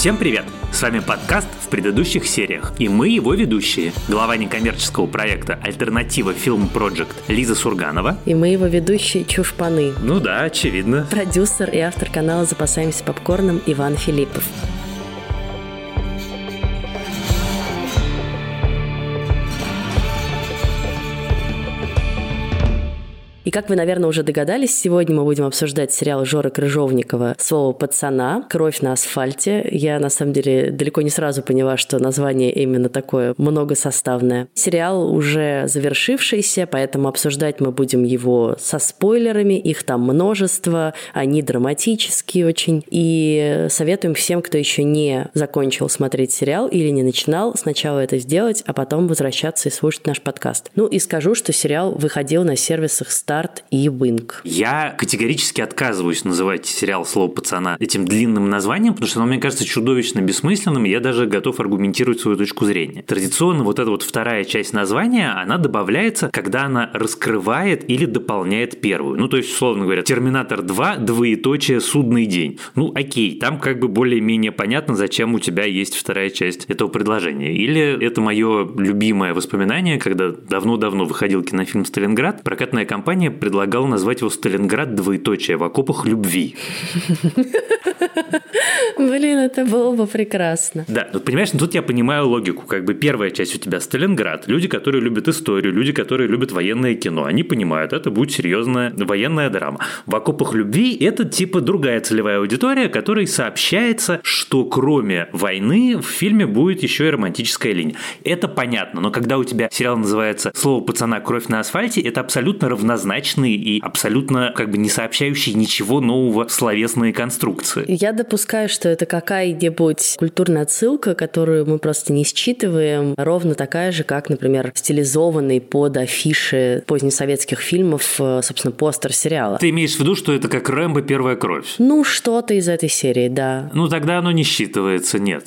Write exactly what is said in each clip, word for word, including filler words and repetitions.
Всем привет! С вами подкаст в предыдущих сериях, и мы его ведущие. Глава некоммерческого проекта «Альтернатива Film Project» Лиза Сурганова. И мы его ведущие Чушпаны. Ну да, очевидно. Продюсер и автор канала «Запасаемся попкорном» Иван Филиппов. И как вы, наверное, уже догадались, сегодня мы будем обсуждать сериал Жоры Крыжовникова «Слово пацана. Кровь на асфальте». Я, на самом деле, далеко не сразу поняла, что название именно такое многосоставное. Сериал уже завершившийся, поэтому обсуждать мы будем его со спойлерами. Их там множество, они драматические очень. И советуем всем, кто еще не закончил смотреть сериал или не начинал, сначала это сделать, а потом возвращаться и слушать наш подкаст. Ну и скажу, что сериал выходил на сервисах Старт и Wink. Я категорически отказываюсь называть сериал «Слово пацана» этим длинным названием, потому что оно мне кажется чудовищно бессмысленным, и я даже готов аргументировать свою точку зрения. Традиционно вот эта вот вторая часть названия, она добавляется, когда она раскрывает или дополняет первую. Ну, то есть, условно говоря, «Терминатор два, двоеточие, судный день». Ну, окей, там как бы более-менее понятно, зачем у тебя есть вторая часть этого предложения. Или это мое любимое воспоминание, когда давно-давно выходил кинофильм «Сталинград», прокатная компания предлагал назвать его «Сталинград, двоеточие, в окопах любви». Блин, это было бы прекрасно. Да, ну понимаешь, ну, тут я понимаю логику. Как бы первая часть у тебя Сталинград. Люди, которые любят историю, люди, которые любят военное кино, они понимают, это будет серьезная военная драма. В окопах любви это типа другая целевая аудитория, которой сообщается, что кроме войны в фильме будет еще и романтическая линия. Это понятно, но когда у тебя сериал называется «Слово пацана. Кровь на асфальте», это абсолютно равнозначные и абсолютно как бы не сообщающие ничего нового словесные конструкции. Я допускаю, что это какая-нибудь культурная отсылка, которую мы просто не считываем, ровно такая же, как, например, стилизованный под афиши позднесоветских фильмов, собственно, постер сериала. Ты имеешь в виду, что это как «Рэмбо. Первая кровь»? Ну, что-то из этой серии, да. Ну, тогда оно не считывается, нет.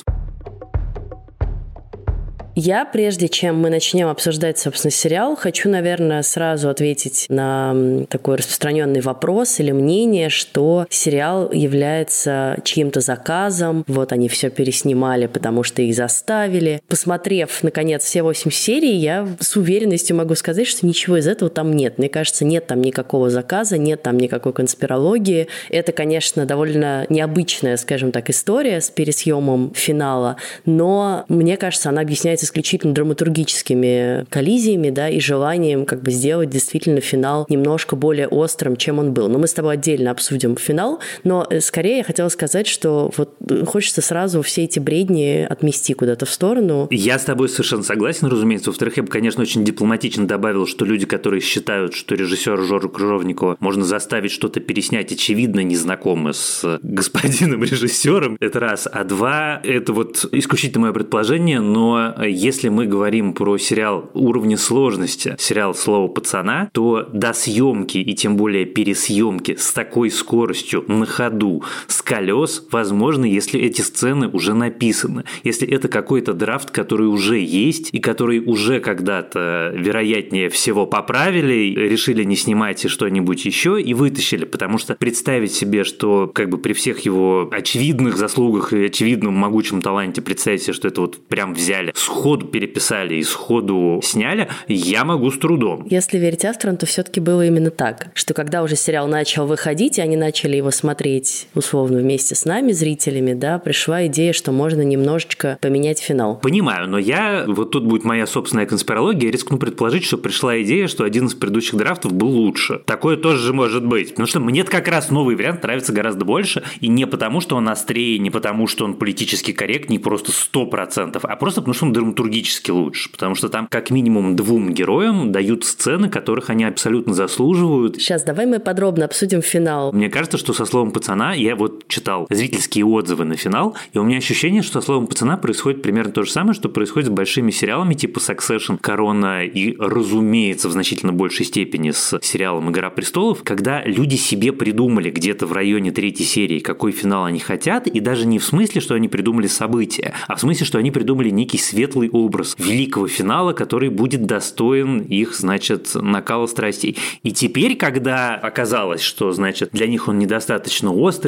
Я, прежде чем мы начнем обсуждать, собственно, сериал, хочу, наверное, сразу ответить на такой распространенный вопрос или мнение, что сериал является чьим-то заказом, вот они все переснимали, потому что их заставили. Посмотрев, наконец, все восемь серий, я с уверенностью могу сказать, что ничего из этого там нет. Мне кажется, нет там никакого заказа, нет там никакой конспирологии. Это, конечно, довольно необычная, скажем так, история с пересъемом финала, но мне кажется, она объясняется исключительно драматургическими коллизиями, да, и желанием как бы сделать действительно финал немножко более острым, чем он был. Но мы с тобой отдельно обсудим финал, но скорее я хотела сказать, что вот хочется сразу все эти бредни отмести куда-то в сторону. Я с тобой совершенно согласен, разумеется. Во-вторых, я бы, конечно, очень дипломатично добавил, что люди, которые считают, что режиссера Жору Крыжовникова можно заставить что-то переснять, очевидно, не знакомы с господином режиссером. Это раз. А два, это вот исключительно мое предположение, но если мы говорим про сериал уровня сложности, сериал «Слово пацана», то до съемки и тем более пересъемки с такой скоростью на ходу, с колес, возможно, если эти сцены уже написаны. Если это какой-то драфт, который уже есть и который уже когда-то, вероятнее всего, поправили, решили не снимать и что-нибудь еще и вытащили. Потому что представить себе, что как бы при всех его очевидных заслугах и очевидном могучем таланте представить себе, что это вот прям взяли сходу переписали и сходу сняли, я могу с трудом. Если верить авторам, то все-таки было именно так, что когда уже сериал начал выходить, и они начали его смотреть условно вместе с нами, зрителями, да, пришла идея, что можно немножечко поменять финал. Понимаю, но я, вот тут будет моя собственная конспирология, рискну предположить, что пришла идея, что один из предыдущих драфтов был лучше. Такое тоже же может быть. Потому что мне как раз новый вариант нравится гораздо больше, и не потому, что он острее, не потому, что он политически корректнее, просто сто процентов, а просто потому, что он драматургически лучше, потому что там как минимум двум героям дают сцены, которых они абсолютно заслуживают. Сейчас давай мы подробно обсудим финал. Мне кажется, что со «Словом пацана» я вот читал зрительские отзывы на финал, и у меня ощущение, что со «Словом пацана» происходит примерно то же самое, что происходит с большими сериалами типа «Succession», «Корона» и, разумеется, в значительно большей степени с сериалом «Игра престолов», когда люди себе придумали где-то в районе третьей серии, какой финал они хотят, и даже не в смысле, что они придумали события, а в смысле, что они придумали некий светлый образ великого финала, который будет достоин их, значит, накала страстей. И теперь, когда оказалось, что, значит, для них он недостаточно острый или недостаточно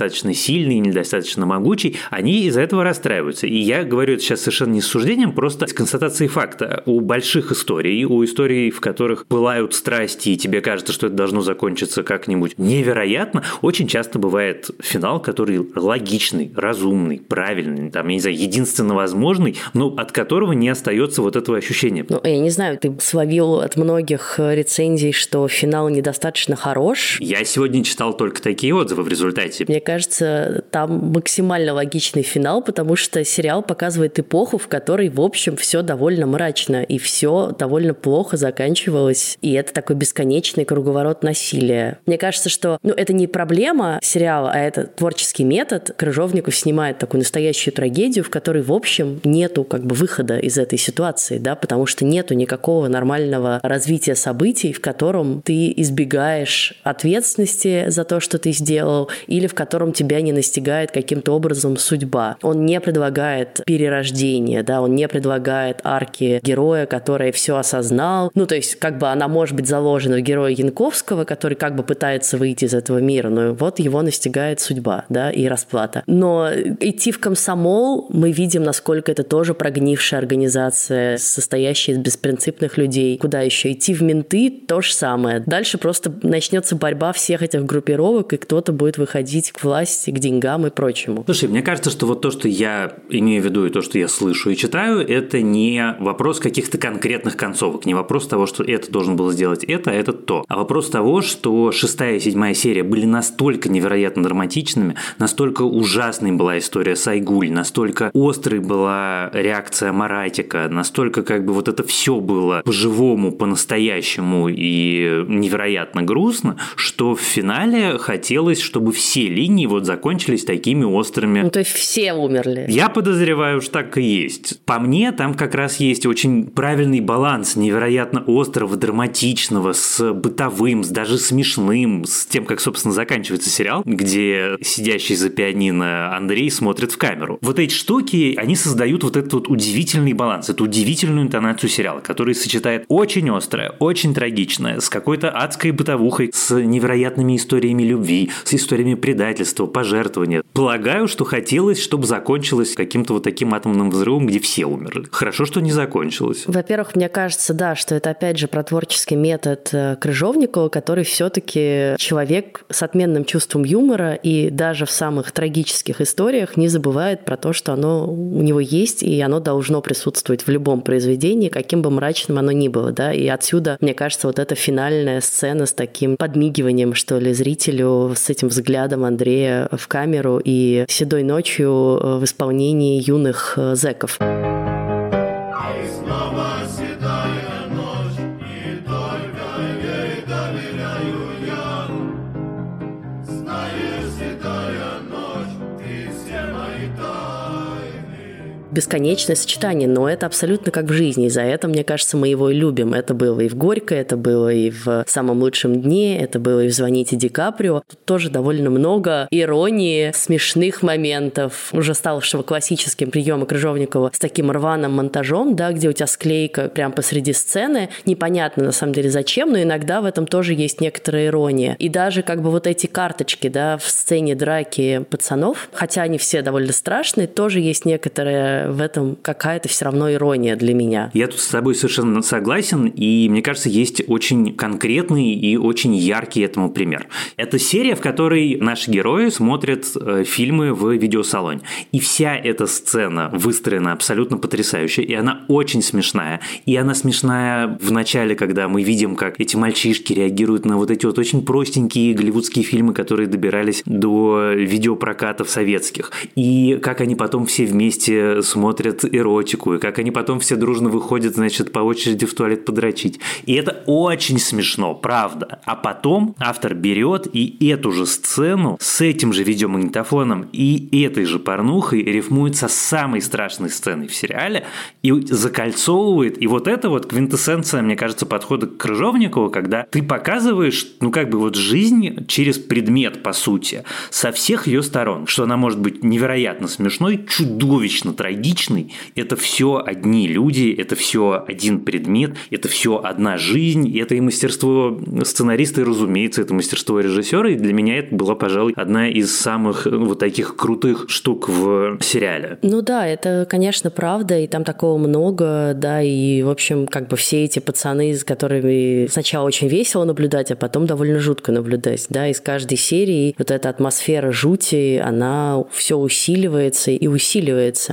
недостаточно сильный, недостаточно могучий, они из-за этого расстраиваются. И я говорю это сейчас совершенно не с суждением, просто с констатацией факта. У больших историй, у историй, в которых пылают страсти, и тебе кажется, что это должно закончиться как-нибудь невероятно, очень часто бывает финал, который логичный, разумный, правильный, там, я не знаю, единственно возможный, но от которого не остается вот этого ощущения. Ну, я не знаю, ты словил от многих рецензий, что финал недостаточно хорош. Я сегодня читал только такие отзывы в результате. Мне кажется, там максимально логичный финал, потому что сериал показывает эпоху, в которой, в общем, все довольно мрачно, и все довольно плохо заканчивалось, и это такой бесконечный круговорот насилия. Мне кажется, что ну, это не проблема сериала, а это творческий метод. Крыжовников снимает такую настоящую трагедию, в которой, в общем, нету как бы выхода из этой ситуации, да, потому что нету никакого нормального развития событий, в котором ты избегаешь ответственности за то, что ты сделал, или в котором тебя не настигает каким-то образом судьба. Он не предлагает перерождения, да, он не предлагает арки героя, который все осознал. Ну, то есть, как бы она может быть заложена в героя Янковского, который как бы пытается выйти из этого мира, но вот его настигает судьба, да, и расплата. Но идти в комсомол, мы видим, насколько это тоже прогнившая организация, состоящая из беспринципных людей. Куда еще? Идти в менты – то же самое. Дальше просто начнется борьба всех этих группировок, и кто-то будет выходить к власти, к деньгам и прочему. Слушай, мне кажется, что вот то, что я имею в виду, и то, что я слышу и читаю, это не вопрос каких-то конкретных концовок, не вопрос того, что это должен был сделать это, а это то, а вопрос того, что шестая и седьмая серия были настолько невероятно драматичными, настолько ужасной была история с Айгуль, настолько острой была реакция Маратика, настолько как бы вот это все было по-живому, по-настоящему и невероятно грустно, что в финале хотелось, чтобы все линии вот закончились такими острыми. Ну, то есть все умерли. Я подозреваю, что так и есть. По мне, там как раз есть очень правильный баланс невероятно острого, драматичного, с бытовым, с даже смешным, с тем, как, собственно, заканчивается сериал, где сидящий за пианино Андрей смотрит в камеру. Вот эти штуки, они создают вот этот вот удивительный баланс, эту удивительную интонацию сериала, который сочетает очень острое, очень трагичное, с какой-то адской бытовухой, с невероятными историями любви, с историями предательства, пожертвования. Полагаю, что хотелось, чтобы закончилось каким-то вот таким атомным взрывом, где все умерли. Хорошо, что не закончилось. Во-первых, мне кажется, да, что это опять же про творческий метод Крыжовникова, который все-таки человек с отменным чувством юмора и даже в самых трагических историях не забывает про то, что оно у него есть, и оно должно присутствовать в любом произведении, каким бы мрачным оно ни было, да, и отсюда, мне кажется, вот эта финальная сцена с таким подмигиванием, что ли, зрителю, с этим взглядом Андрея в камеру и седой ночью в исполнении юных зэков. Бесконечное сочетание, но это абсолютно как в жизни, и за это, мне кажется, мы его и любим. Это было и в «Горько», это было и в «Самом лучшем дне», это было и в «Звоните Ди Каприо». Тут тоже довольно много иронии, смешных моментов, уже ставшего классическим приемом Крыжовникова с таким рваным монтажом, да, где у тебя склейка прямо посреди сцены. Непонятно, на самом деле, зачем, но иногда в этом тоже есть некоторая ирония. И даже как бы вот эти карточки, да, в сцене драки пацанов, хотя они все довольно страшные, тоже есть некоторая в этом какая-то все равно ирония для меня. Я тут с тобой совершенно согласен, и мне кажется, есть очень конкретный и очень яркий этому пример. Это серия, в которой наши герои смотрят э, фильмы в видеосалоне. И вся эта сцена выстроена абсолютно потрясающе, и она очень смешная. И она смешная в начале, когда мы видим, как эти мальчишки реагируют на вот эти вот очень простенькие голливудские фильмы, которые добирались до видеопрокатов советских. И как они потом все вместе смотрят эротику, и как они потом все дружно выходят, значит, по очереди в туалет подрочить. И это очень смешно, правда. А потом автор берет и эту же сцену с этим же видеомагнитофоном и этой же порнухой рифмует со самой страшной сценой в сериале и закольцовывает. И вот это вот квинтэссенция, мне кажется, подхода к Крыжовникову, когда ты показываешь, ну, как бы вот жизнь через предмет, по сути, со всех ее сторон, что она может быть невероятно смешной, чудовищно трагичной, трагичный, это все одни люди, это все один предмет, это все одна жизнь, это и мастерство сценариста, и, разумеется, это мастерство режиссера, и для меня это была, пожалуй, одна из самых вот таких крутых штук в сериале. Ну да, это, конечно, правда, и там такого много, да, и, в общем, как бы все эти пацаны, с которыми сначала очень весело наблюдать, а потом довольно жутко наблюдать, да, из каждой серии вот эта атмосфера жути, она все усиливается и усиливается.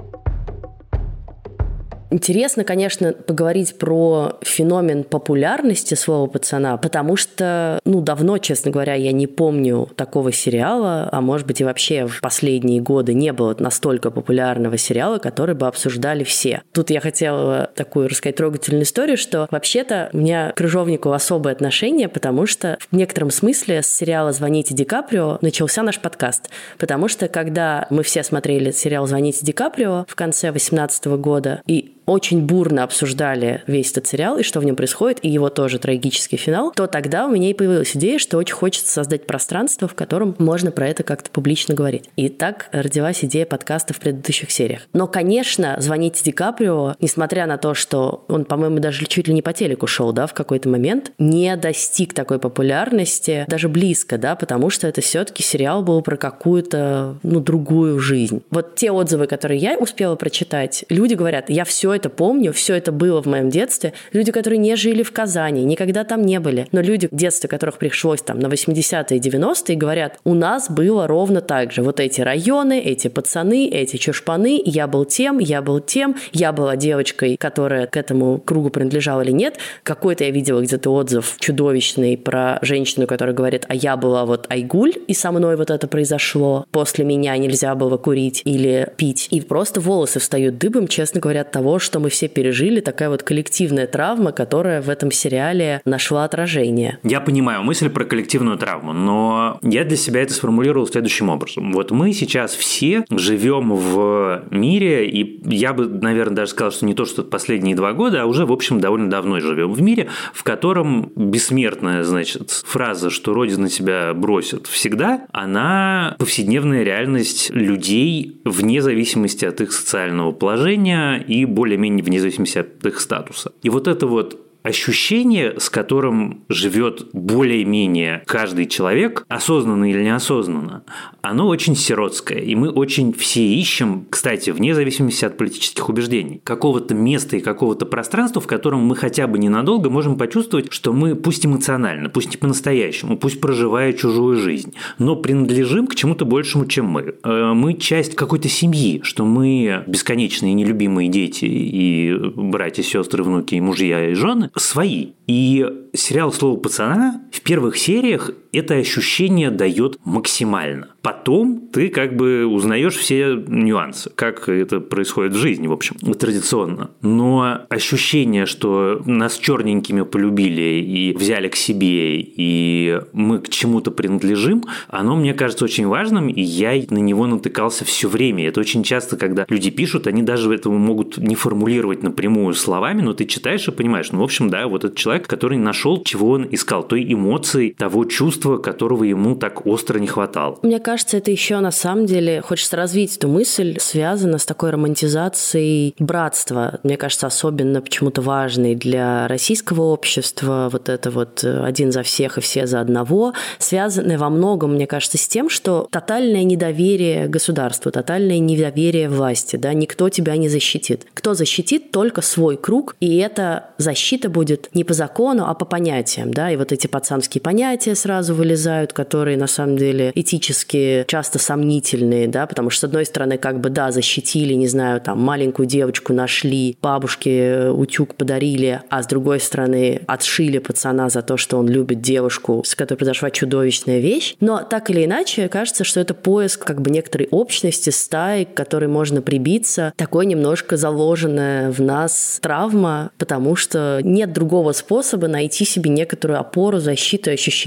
Интересно, конечно, поговорить про феномен популярности «Слово пацана», потому что, ну, давно, честно говоря, я не помню такого сериала, а может быть и вообще в последние годы не было настолько популярного сериала, который бы обсуждали все. Тут я хотела такую рассказать трогательную историю, что вообще-то у меня к Крыжовнику особое отношение, потому что в некотором смысле с сериала «Звоните Ди Каприо» начался наш подкаст, потому что когда мы все смотрели сериал «Звоните Ди Каприо» в конце две тысячи восемнадцатого года и очень бурно обсуждали весь этот сериал и что в нем происходит, и его тоже трагический финал, то тогда у меня и появилась идея, что очень хочется создать пространство, в котором можно про это как-то публично говорить. И так родилась идея подкаста в предыдущих сериях. Но, конечно, «Звоните Ди Каприо», несмотря на то, что он, по-моему, даже чуть ли не по телеку шел, да, в какой-то момент, не достиг такой популярности, даже близко, да, потому что это все-таки сериал был про какую-то, ну, другую жизнь. Вот те отзывы, которые я успела прочитать, люди говорят, я все это помню, все это было в моем детстве. Люди, которые не жили в Казани, никогда там не были. Но люди, детство которых пришлось там на восьмидесятые и девяностые, говорят, у нас было ровно так же. Вот эти районы, эти пацаны, эти чушпаны, я был тем, я был тем, я была девочкой, которая к этому кругу принадлежала или нет. Какой-то я видела где-то отзыв чудовищный про женщину, которая говорит, а я была вот Айгуль, и со мной вот это произошло. После меня нельзя было курить или пить. И просто волосы встают дыбом, честно говоря, от того, что мы все пережили, такая вот коллективная травма, которая в этом сериале нашла отражение. Я понимаю мысль про коллективную травму, но я для себя это сформулировал следующим образом. Вот мы сейчас все живем в мире, и я бы, наверное, даже сказал, что не то, что последние два года, а уже, в общем, довольно давно живем в мире, в котором бессмертная, значит, фраза, что Родина тебя бросит всегда, она повседневная реальность людей вне зависимости от их социального положения и более более-менее вне зависимости от их статуса. И вот это вот ощущение, с которым живет более-менее каждый человек, осознанно или неосознанно, оно очень сиротское. И мы очень все ищем, кстати, вне зависимости от политических убеждений, какого-то места и какого-то пространства, в котором мы хотя бы ненадолго можем почувствовать, что мы, пусть эмоционально, пусть не по-настоящему, пусть проживая чужую жизнь, но принадлежим к чему-то большему, чем мы. Мы часть какой-то семьи, что мы бесконечные нелюбимые дети и братья, сестры, внуки, и мужья, и жены, свои. И сериал «Слово пацана» в первых сериях это ощущение дает максимально. Потом ты как бы узнаешь все нюансы, как это происходит в жизни, в общем, традиционно. Но ощущение, что нас черненькими полюбили и взяли к себе, и мы к чему-то принадлежим, оно, мне кажется, очень важным, и я на него натыкался все время. Это очень часто, когда люди пишут, они даже этого могут не формулировать напрямую словами, но ты читаешь и понимаешь, ну, в общем, да, вот этот человек, который нашел, чего он искал, той эмоции, того чувства, которого ему так остро не хватало. Мне кажется, это еще на самом деле, хочется развить эту мысль, связано с такой романтизацией братства. Мне кажется, особенно почему-то важной для российского общества, вот это вот один за всех и все за одного, связанное во многом, мне кажется, с тем, что тотальное недоверие государству, тотальное недоверие власти, да, никто тебя не защитит. Кто защитит? Только свой круг, и эта защита будет не по закону, а по понятиям, да, и вот эти пацанские понятия сразу вылезают, которые на самом деле этически часто сомнительные, да, потому что, с одной стороны, как бы, да, защитили, не знаю, там, маленькую девочку нашли, бабушке утюг подарили, а с другой стороны, отшили пацана за то, что он любит девушку, с которой произошла чудовищная вещь. Но так или иначе, кажется, что это поиск как бы некоторой общности, стаи, к которой можно прибиться, такой немножко заложенная в нас травма, потому что нет другого способа найти себе некоторую опору, защиту, ощущение безопасности.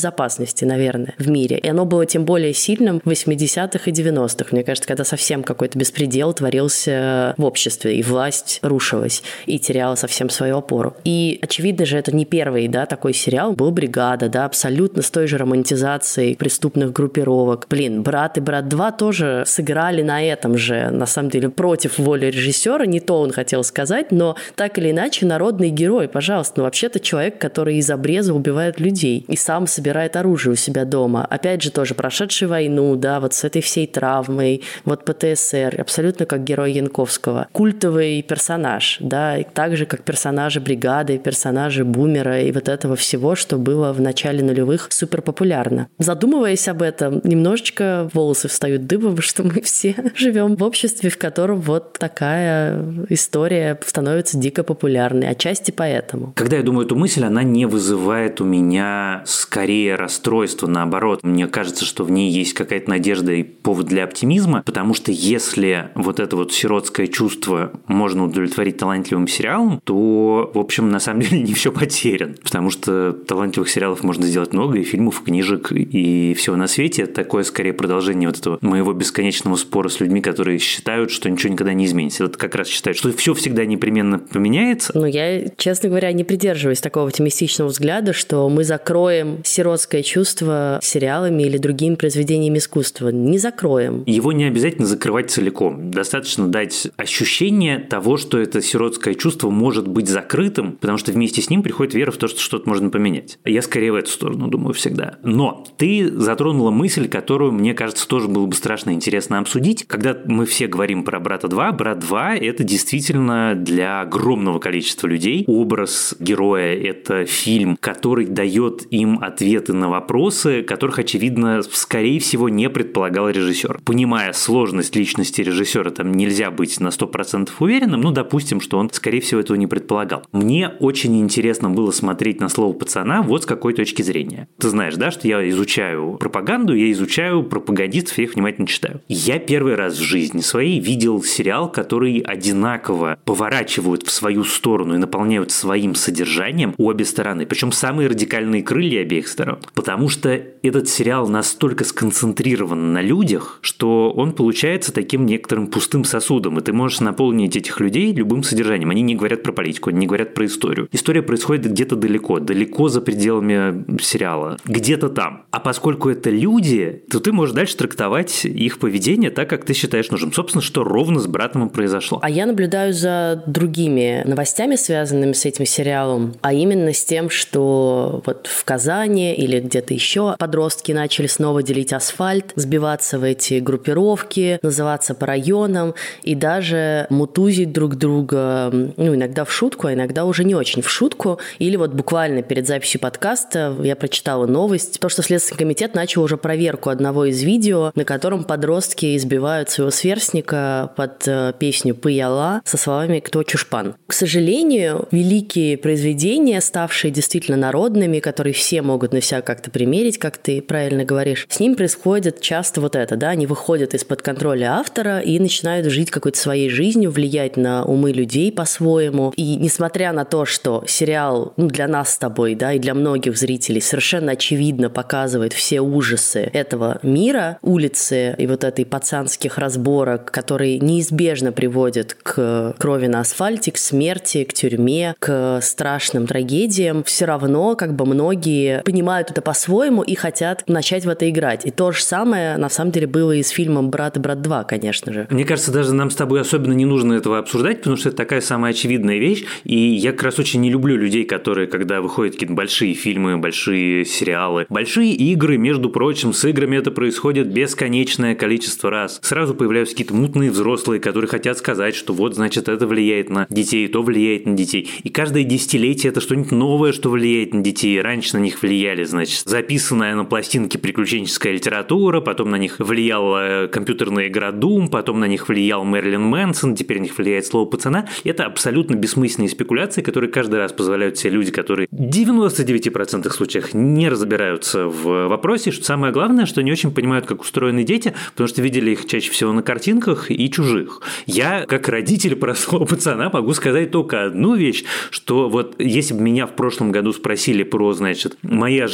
безопасности, наверное, в мире. И оно было тем более сильным в восьмидесятых и девяностых, мне кажется, когда совсем какой-то беспредел творился в обществе, и власть рушилась, и теряла совсем свою опору. И, очевидно же, это не первый, да, такой сериал. Был «Бригада», да, абсолютно с той же романтизацией преступных группировок. Блин, «Брат» и «Брат два» тоже сыграли на этом же, на самом деле, против воли режиссера. Не то он хотел сказать, но так или иначе народный герой, пожалуйста. Ну, вообще-то человек, который из обреза убивает людей и сам собирает оружие у себя дома. Опять же, тоже прошедший войну, да, вот с этой всей травмой, вот ПТСР, абсолютно как герой Янковского. Культовый персонаж, да, и так же, как персонажи «Бригады», персонажи «Бумера» и вот этого всего, что было в начале нулевых супер популярно. Задумываясь об этом, немножечко волосы встают дыбом, что мы все живем в обществе, в котором вот такая история становится дико популярной, отчасти поэтому. Когда я думаю эту мысль, она не вызывает у меня скорее расстройства, наоборот. Мне кажется, что в ней есть какая-то надежда и повод для оптимизма, потому что если вот это вот сиротское чувство можно удовлетворить талантливым сериалом, то, в общем, на самом деле не все потеряно, потому что талантливых сериалов можно сделать много, и фильмов, и книжек, и всего на свете. Это такое, скорее, продолжение вот этого моего бесконечного спора с людьми, которые считают, что ничего никогда не изменится. Вот как раз считают, что все всегда непременно поменяется. Ну, я, честно говоря, не придерживаюсь такого оптимистичного взгляда, что мы закроем сиротское чувство сериалами или другими произведениями искусства. Не закроем. Его не обязательно закрывать целиком. Достаточно дать ощущение того, что это сиротское чувство может быть закрытым, потому что вместе с ним приходит вера в то, что что-то можно поменять. Я скорее в эту сторону думаю всегда. Но ты затронула мысль, которую, мне кажется, тоже было бы страшно интересно обсудить. Когда мы все говорим про «Брата два», «Брат два» — это действительно для огромного количества людей образ героя. Это фильм, который дает им ответы на вопросы, которых, очевидно, скорее всего, не предполагал режиссер. Понимая сложность личности режиссера, там нельзя быть на сто процентов уверенным, ну, допустим, что он, скорее всего, этого не предполагал. Мне очень интересно было смотреть на «Слово пацана» вот с какой точки зрения. Ты знаешь, да, что я изучаю пропаганду, я изучаю пропагандистов, я их внимательно читаю. Я первый раз в жизни своей видел сериал, который одинаково поворачивают в свою сторону и наполняют своим содержанием обе стороны. Причем самые радикальные крылья обеих сторон. Потому что этот сериал настолько сконцентрирован на людях, что он получается таким некоторым пустым сосудом, и ты можешь наполнить этих людей любым содержанием. Они не говорят про политику, они не говорят про историю. История происходит где-то далеко, далеко за пределами сериала, где-то там. А поскольку это люди, то ты можешь дальше трактовать их поведение так, как ты считаешь нужным. Собственно, что ровно с «Братом» и произошло. А я наблюдаю за другими новостями, связанными с этим сериалом, а именно с тем, что вот в Казани или где-то еще подростки начали снова делить асфальт, сбиваться в эти группировки, называться по районам и даже мутузить друг друга, ну, иногда в шутку, а иногда уже не очень в шутку. Или вот буквально перед записью подкаста я прочитала новость, то, что Следственный комитет начал уже проверку одного из видео, на котором подростки избивают своего сверстника под песню «Пыяла» со словами «Кто чушпан?». К сожалению, великие произведения, ставшие действительно народными, которые все могут на себя как-то примерить, как ты правильно говоришь, с ним происходит часто вот это, да, они выходят из-под контроля автора и начинают жить какой-то своей жизнью, влиять на умы людей по-своему. И несмотря на то, что сериал, ну, для нас с тобой, да, и для многих зрителей совершенно очевидно показывает все ужасы этого мира, улицы и вот этой пацанских разборок, которые неизбежно приводят к крови на асфальте, к смерти, к тюрьме, к страшным трагедиям, все равно как бы многие понимают это по-своему и хотят начать в это играть. И то же самое, на самом деле, было и с фильмом «Брат» и «Брат два», конечно же. Мне кажется, даже нам с тобой особенно не нужно этого обсуждать, потому что это такая самая очевидная вещь, и я как раз очень не люблю людей, которые, когда выходят какие-то большие фильмы, большие сериалы, большие игры, между прочим, с играми это происходит бесконечное количество раз. Сразу появляются какие-то мутные взрослые, которые хотят сказать, что вот, значит, это влияет на детей, то влияет на детей. И каждое десятилетие это что-нибудь новое, что влияет на детей. Раньше на них влияли, значит, записанная на пластинке приключенческая литература, потом на них влияла компьютерная игра Doom, потом на них влиял Мэрилин Мэнсон, теперь на них влияет «Слово пацана». Это абсолютно бессмысленные спекуляции, которые каждый раз позволяют себе люди, которые в девяноста девяти процентах случаев не разбираются в вопросе, что самое главное, что не очень понимают, как устроены дети, потому что видели их чаще всего на картинках и чужих. Я, как родитель про «Слово пацана», могу сказать только одну вещь, что вот если бы меня в прошлом году спросили про, значит, мои ожидания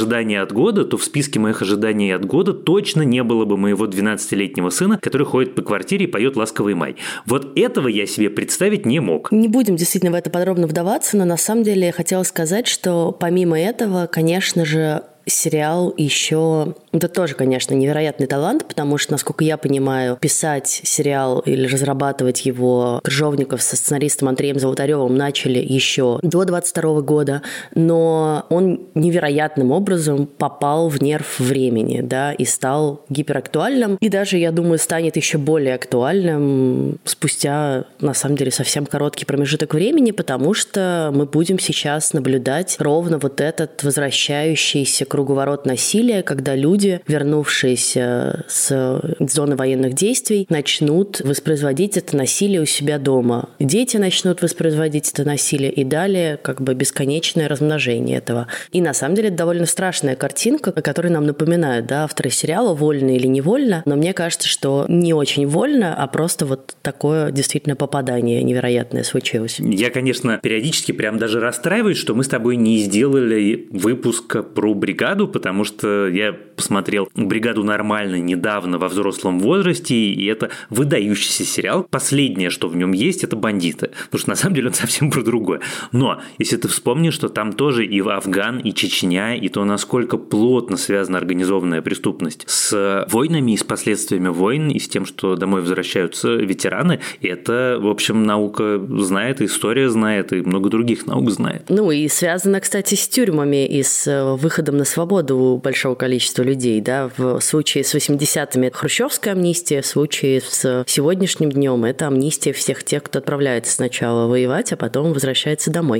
ожидания от года, то в списке моих ожиданий от года точно не было бы моего двенадцатилетнего сына, который ходит по квартире и поет «Ласковый май». Вот этого я себе представить не мог. Не будем действительно в это подробно вдаваться, но на самом деле я хотела сказать, что помимо этого, конечно же, сериал еще... Это тоже, конечно, невероятный талант, потому что, насколько я понимаю, писать сериал или разрабатывать его Крыжовников со сценаристом Андреем Золотаревым начали еще до двадцать второго года, но он невероятным образом попал в нерв времени, да, и стал гиперактуальным, и даже, я думаю, станет еще более актуальным спустя, на самом деле, совсем короткий промежуток времени, потому что мы будем сейчас наблюдать ровно вот этот возвращающийся круговорот насилия, когда люди, вернувшиеся с зоны военных действий, начнут воспроизводить это насилие у себя дома. Дети начнут воспроизводить это насилие, и далее как бы бесконечное размножение этого. И на самом деле это довольно страшная картинка, о которой нам напоминают, да, авторы сериала, вольно или невольно, но мне кажется, что не очень вольно, а просто вот такое действительно попадание невероятное случилось. Я, конечно, периодически прям даже расстраиваюсь, что мы с тобой не сделали выпуск про бригаду, потому что я посмотрел «Бригаду» нормально недавно во взрослом возрасте, и это выдающийся сериал. Последнее, что в нем есть, это бандиты, потому что на самом деле он совсем про другое. Но если ты вспомнишь, что там тоже и Афган, и Чечня, и то, насколько плотно связана организованная преступность с войнами и с последствиями войн, и с тем, что домой возвращаются ветераны, это, в общем, наука знает, история знает, и много других наук знает. Ну и связано, кстати, с тюрьмами и с выходом на свободу большого количества людей, да, в случае с восьмидесятыми это хрущевская амнистия, в случае с сегодняшним днем это амнистия всех тех, кто отправляется сначала воевать, а потом возвращается домой.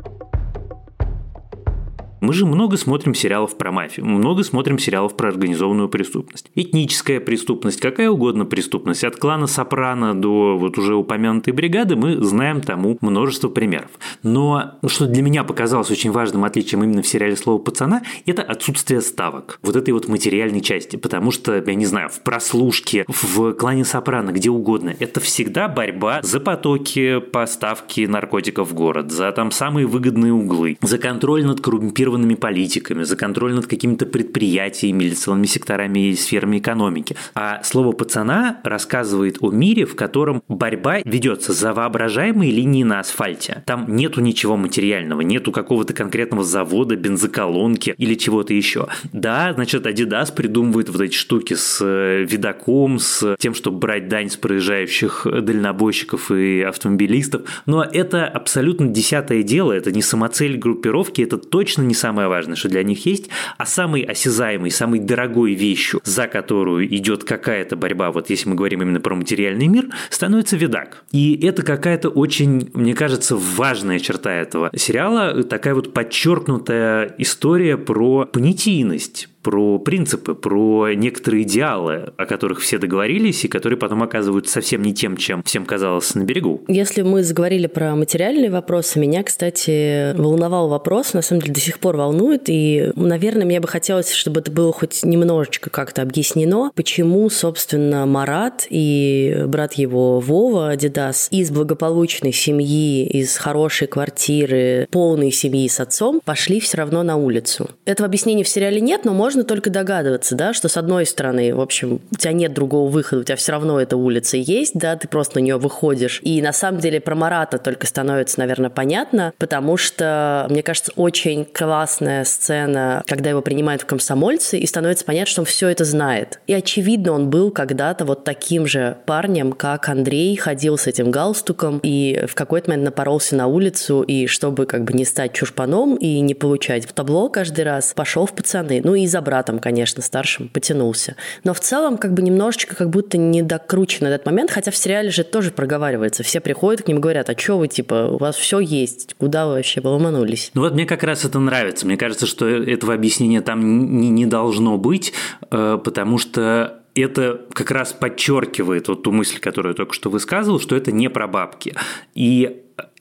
Мы же много смотрим сериалов про мафию, много смотрим сериалов про организованную преступность. Этническая преступность, какая угодно преступность, от клана Сопрано до вот уже упомянутой бригады, мы знаем тому множество примеров. Но что для меня показалось очень важным отличием именно в сериале «Слово пацана», это отсутствие ставок, вот этой вот материальной части, потому что, я не знаю, в «Прослушке», в клане Сопрано, где угодно, это всегда борьба за потоки поставки наркотиков в город, за там самые выгодные углы, за контроль над коррумпированными политиками, за контроль над какими-то предприятиями или целыми секторами и сферами экономики. А «Слово пацана» рассказывает о мире, в котором борьба ведется за воображаемые линии на асфальте. Там нету ничего материального, нету какого-то конкретного завода, бензоколонки или чего-то еще. Да, значит, Adidas придумывает вот эти штуки с видоком, с тем, чтобы брать дань с проезжающих дальнобойщиков и автомобилистов, но это абсолютно десятое дело, это не самоцель группировки, это точно не самое важное, что для них есть, а самой осязаемой, самой дорогой вещью, за которую идет какая-то борьба, вот если мы говорим именно про материальный мир, становится видак. И это какая-то очень, мне кажется, важная черта этого сериала, такая вот подчеркнутая история про понятийность, про принципы, про некоторые идеалы, о которых все договорились и которые потом оказываются совсем не тем, чем всем казалось на берегу. Если мы заговорили про материальные вопросы, меня, кстати, волновал вопрос, на самом деле до сих пор волнует, и, наверное, мне бы хотелось, чтобы это было хоть немножечко как-то объяснено, почему, собственно, Марат и брат его Вова Adidas из благополучной семьи, из хорошей квартиры, полной семьи с отцом пошли все равно на улицу. Этого объяснения в сериале нет, но можно только догадываться, да, что с одной стороны, в общем, у тебя нет другого выхода, у тебя все равно эта улица есть, да, ты просто на нее выходишь. И на самом деле про Марата только становится, наверное, понятно, потому что, мне кажется, очень классная сцена, когда его принимают в комсомольцы, и становится понятно, что он все это знает. И, очевидно, он был когда-то вот таким же парнем, как Андрей, ходил с этим галстуком и в какой-то момент напоролся на улицу, и чтобы как бы не стать чушпаном и не получать в табло каждый раз, пошел в пацаны. Ну и за братом, конечно, старшим потянулся. Но в целом как бы немножечко как будто не докручен этот момент, хотя в сериале же тоже проговаривается. Все приходят к ним и говорят, а что вы, типа, у вас все есть, куда вы вообще ломанулись? Ну вот мне как раз это нравится. Мне кажется, что этого объяснения там не, не должно быть, потому что это как раз подчеркивает вот ту мысль, которую я только что высказывал, что это не про бабки. И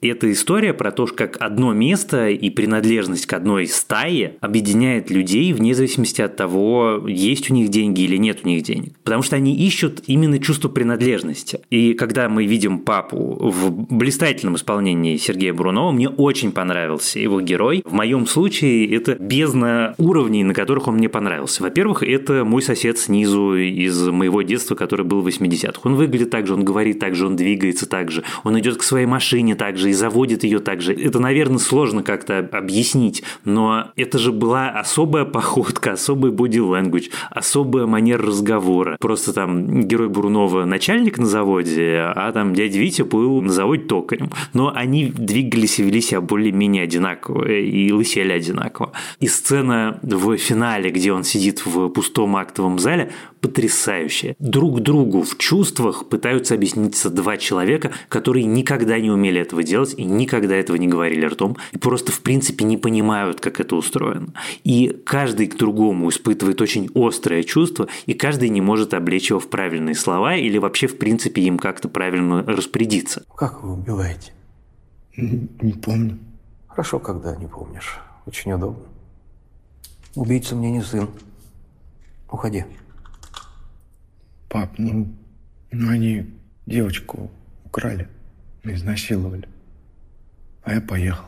эта история про то, как одно место и принадлежность к одной стае объединяет людей вне зависимости от того, есть у них деньги или нет у них денег. Потому что они ищут именно чувство принадлежности. И когда мы видим папу в блистательном исполнении Сергея Бурунова, мне очень понравился его герой. В моем случае это бездна уровней, на которых он мне понравился. Во-первых, это мой сосед снизу из моего детства, который был в восьмидесятых. Он выглядит так же, он говорит так же, он двигается так же, он идет к своей машине так же и заводит ее так же. Это, наверное, сложно как-то объяснить, но это же была особая походка, особый body language, особая манера разговора. Просто там герой Бурунова начальник на заводе, а там дядя Витя был на заводе токарем. Но они двигались и вели себя более-менее одинаково и лысели одинаково. И сцена в финале, где он сидит в пустом актовом зале, потрясающая. Друг другу в чувствах пытаются объясниться два человека, которые никогда не умели этого делать и никогда этого не говорили ртом, и просто в принципе не понимают, как это устроено. И каждый к другому испытывает очень острое чувство, и каждый не может облечь его в правильные слова или вообще в принципе им как-то правильно распорядиться. Как вы убиваете? Не помню. Хорошо, когда не помнишь. Очень удобно. Убийца мне не сын. Уходи. Пап, ну, ну они девочку украли, изнасиловали. А я поехал.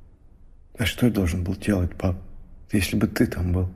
А что я должен был делать, пап? Если бы ты там был,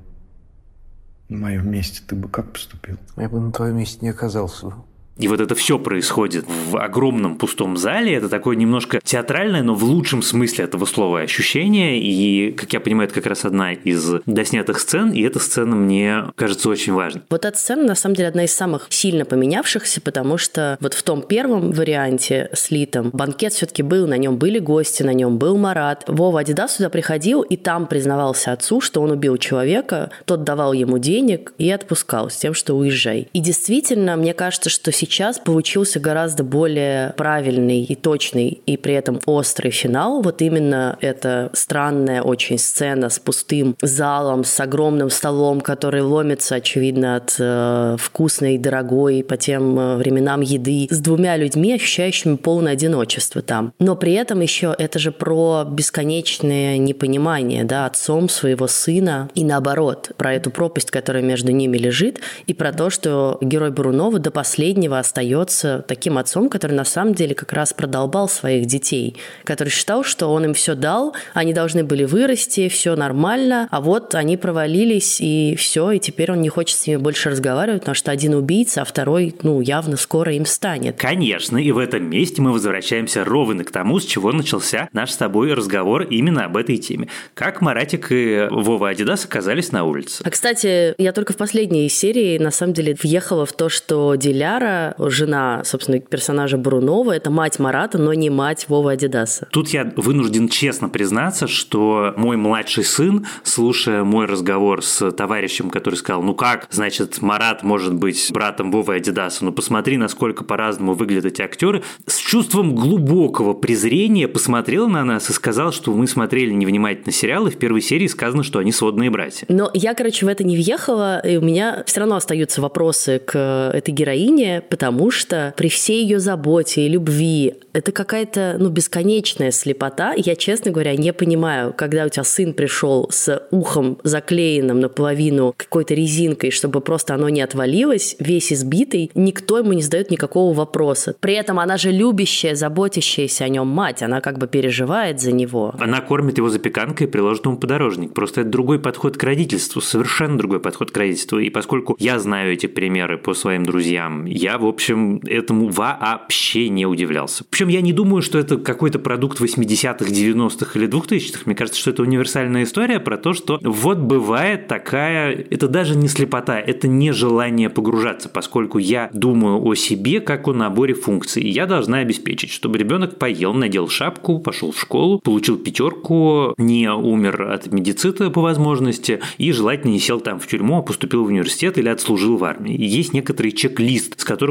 на моем месте, ты бы как поступил? Я бы на твоем месте не оказался. И вот это все происходит в огромном пустом зале. Это такое немножко театральное, но в лучшем смысле этого слова ощущение. И, как я понимаю, это как раз одна из доснятых сцен. И эта сцена мне кажется очень важной. Вот эта сцена, на самом деле, одна из самых сильно поменявшихся, потому что вот в том первом варианте с Литом банкет все-таки был, на нем были гости, на нем был Марат. Вова Адидас сюда приходил и там признавался отцу, что он убил человека, тот давал ему денег и отпускал с тем, что уезжай. И действительно, мне кажется, что сейчас получился гораздо более правильный и точный, и при этом острый финал. Вот именно эта странная очень сцена с пустым залом, с огромным столом, который ломится, очевидно, от э, вкусной, дорогой по тем э, временам еды, с двумя людьми, ощущающими полное одиночество там. Но при этом еще это же про бесконечное непонимание, да, отцом своего сына и наоборот, про эту пропасть, которая между ними лежит, и про то, что герой Бурунова до последнего остается таким отцом, который на самом деле как раз продолбал своих детей, который считал, что он им все дал, они должны были вырасти, все нормально, а вот они провалились, и все, и теперь он не хочет с ними больше разговаривать, потому что один убийца, а второй, ну, явно скоро им станет. Конечно, и в этом месте мы возвращаемся ровно к тому, с чего начался наш с тобой разговор именно об этой теме. Как Маратик и Вова Адидас оказались на улице. А, кстати, я только в последней серии, на самом деле, въехала в то, что Диляра, жена, собственно, персонажа Бурунова, это мать Марата, но не мать Вовы Адидаса. Тут я вынужден честно признаться, что мой младший сын, слушая мой разговор с товарищем, который сказал, ну как, значит, Марат может быть братом Вовы Адидаса, ну посмотри, насколько по-разному выглядят эти актеры, с чувством глубокого презрения посмотрел на нас и сказал, что мы смотрели невнимательно сериал, и в первой серии сказано, что они сводные братья. Но я, короче, в это не въехала, и у меня все равно остаются вопросы к этой героине, потому что при всей ее заботе и любви это какая-то, ну, бесконечная слепота. Я, честно говоря, не понимаю, когда у тебя сын пришел с ухом заклеенным наполовину какой-то резинкой, чтобы просто оно не отвалилось, весь избитый, никто ему не задает никакого вопроса. При этом она же любящая, заботящаяся о нем мать, она как бы переживает за него. Она кормит его запеканкой и приложит ему подорожник. Просто это другой подход к родительству, совершенно другой подход к родительству. И поскольку я знаю эти примеры по своим друзьям, я, в общем, этому вообще не удивлялся. Причем я не думаю, что это какой-то продукт восьмидесятых, девяностых или двухтысячных. Мне кажется, что это универсальная история про то, что вот бывает такая... Это даже не слепота, это не желание погружаться, поскольку я думаю о себе как о наборе функций. И я должна обеспечить, чтобы ребенок поел, надел шапку, пошел в школу, получил пятерку, не умер от медицита по возможности и желательно не сел там в тюрьму, а поступил в университет или отслужил в армии. И есть некоторый чек-лист, с которым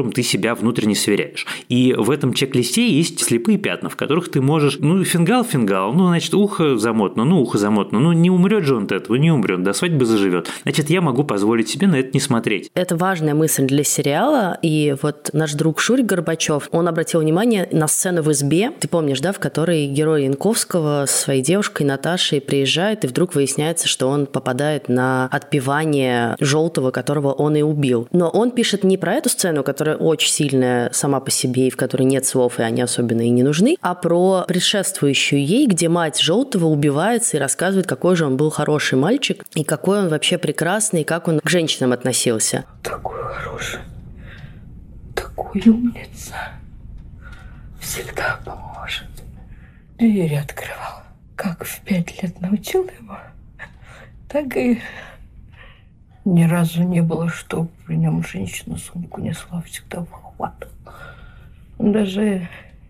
которым ты себя внутренне сверяешь. И в этом чек-листе есть слепые пятна, в которых ты можешь, ну, фингал, фингал, ну, значит, ухо замотано, ну, ухо замотано, ну, не умрет же он от этого, не умрет, до свадьбы заживет. Значит, я могу позволить себе на это не смотреть. Это важная мысль для сериала, и вот наш друг Шурик Горбачев, он обратил внимание на сцену в избе, ты помнишь, да, в которой герой Янковского со своей девушкой Наташей приезжает, и вдруг выясняется, что он попадает на отпевание Желтого, которого он и убил. Но он пишет не про эту сцену, которая очень сильная сама по себе, и в которой нет слов, и они особенно и не нужны, а про предшествующую ей, где мать Желтого убивается и рассказывает, какой же он был хороший мальчик, и какой он вообще прекрасный, и как он к женщинам относился. Такой хороший, такой умница, всегда поможет. Двери открывал. Как в пять лет научил его, так и ни разу не было, что при нем женщина сумку несла, всегда в охват. Он даже